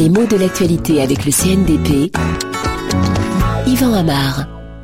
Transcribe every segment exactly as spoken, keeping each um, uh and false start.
Les mots de l'actualité avec le C N D P. Yvan Amar.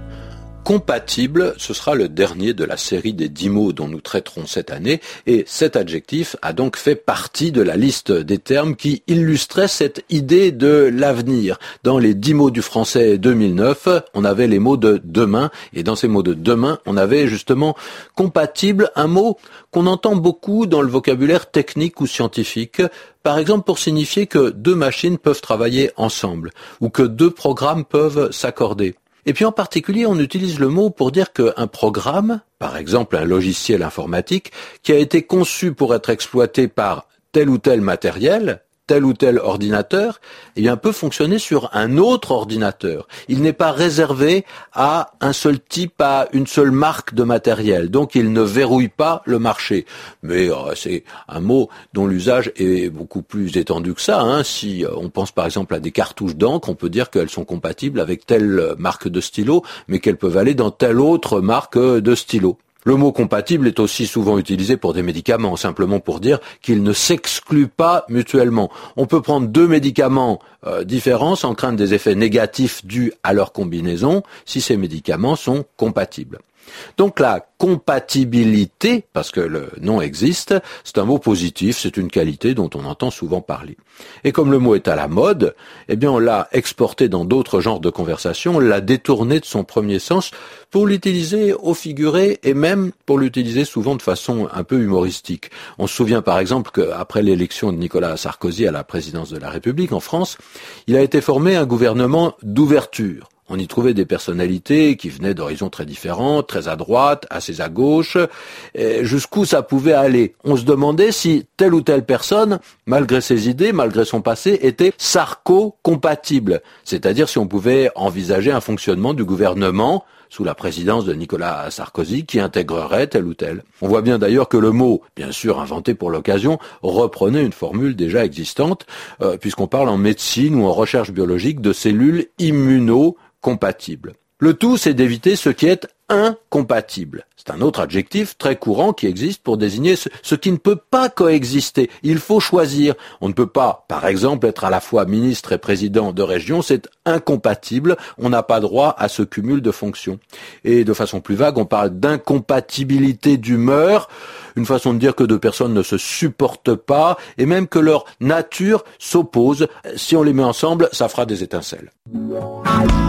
Compatible, ce sera le dernier de la série des dix mots dont nous traiterons cette année, et cet adjectif a donc fait partie de la liste des termes qui illustraient cette idée de l'avenir. Dans les dix mots du français deux mille neuf, on avait les mots de demain, et dans ces mots de demain, on avait justement compatible, un mot qu'on entend beaucoup dans le vocabulaire technique ou scientifique, par exemple pour signifier que deux machines peuvent travailler ensemble, ou que deux programmes peuvent s'accorder. Et puis en particulier, on utilise le mot pour dire qu'un programme, par exemple un logiciel informatique, qui a été conçu pour être exploité par tel ou tel matériel, tel ou tel ordinateur, eh bien, peut fonctionner sur un autre ordinateur. Il n'est pas réservé à un seul type, à une seule marque de matériel. Donc, il ne verrouille pas le marché. Mais euh, c'est un mot dont l'usage est beaucoup plus étendu que ça. Hein. Si on pense par exemple à des cartouches d'encre, on peut dire qu'elles sont compatibles avec telle marque de stylo, mais qu'elles peuvent aller dans telle autre marque de stylo. Le mot compatible est aussi souvent utilisé pour des médicaments, simplement pour dire qu'ils ne s'excluent pas mutuellement. On peut prendre deux médicaments euh, différents sans craindre des effets négatifs dus à leur combinaison si ces médicaments sont compatibles. Donc la compatibilité, parce que le nom existe, c'est un mot positif, c'est une qualité dont on entend souvent parler. Et comme le mot est à la mode, eh bien on l'a exporté dans d'autres genres de conversation, on l'a détourné de son premier sens pour l'utiliser au figuré et même pour l'utiliser souvent de façon un peu humoristique. On se souvient par exemple qu'après l'élection de Nicolas Sarkozy à la présidence de la République en France, il a été formé un gouvernement d'ouverture. On y trouvait des personnalités qui venaient d'horizons très différents, très à droite, assez à gauche. Et jusqu'où ça pouvait aller? On se demandait si telle ou telle personne, malgré ses idées, malgré son passé, était sarco-compatible. C'est-à-dire si on pouvait envisager un fonctionnement du gouvernement sous la présidence de Nicolas Sarkozy qui intégrerait tel ou tel. On voit bien d'ailleurs que le mot, bien sûr inventé pour l'occasion, reprenait une formule déjà existante, euh, puisqu'on parle en médecine ou en recherche biologique de cellules immunocompatibles. Le tout, c'est d'éviter ce qui est incompatible. C'est un autre adjectif très courant qui existe pour désigner ce, ce qui ne peut pas coexister. Il faut choisir. On ne peut pas, par exemple, être à la fois ministre et président de région. C'est incompatible. On n'a pas droit à ce cumul de fonctions. Et de façon plus vague, on parle d'incompatibilité d'humeur, une façon de dire que deux personnes ne se supportent pas et même que leur nature s'oppose. Si on les met ensemble, ça fera des étincelles.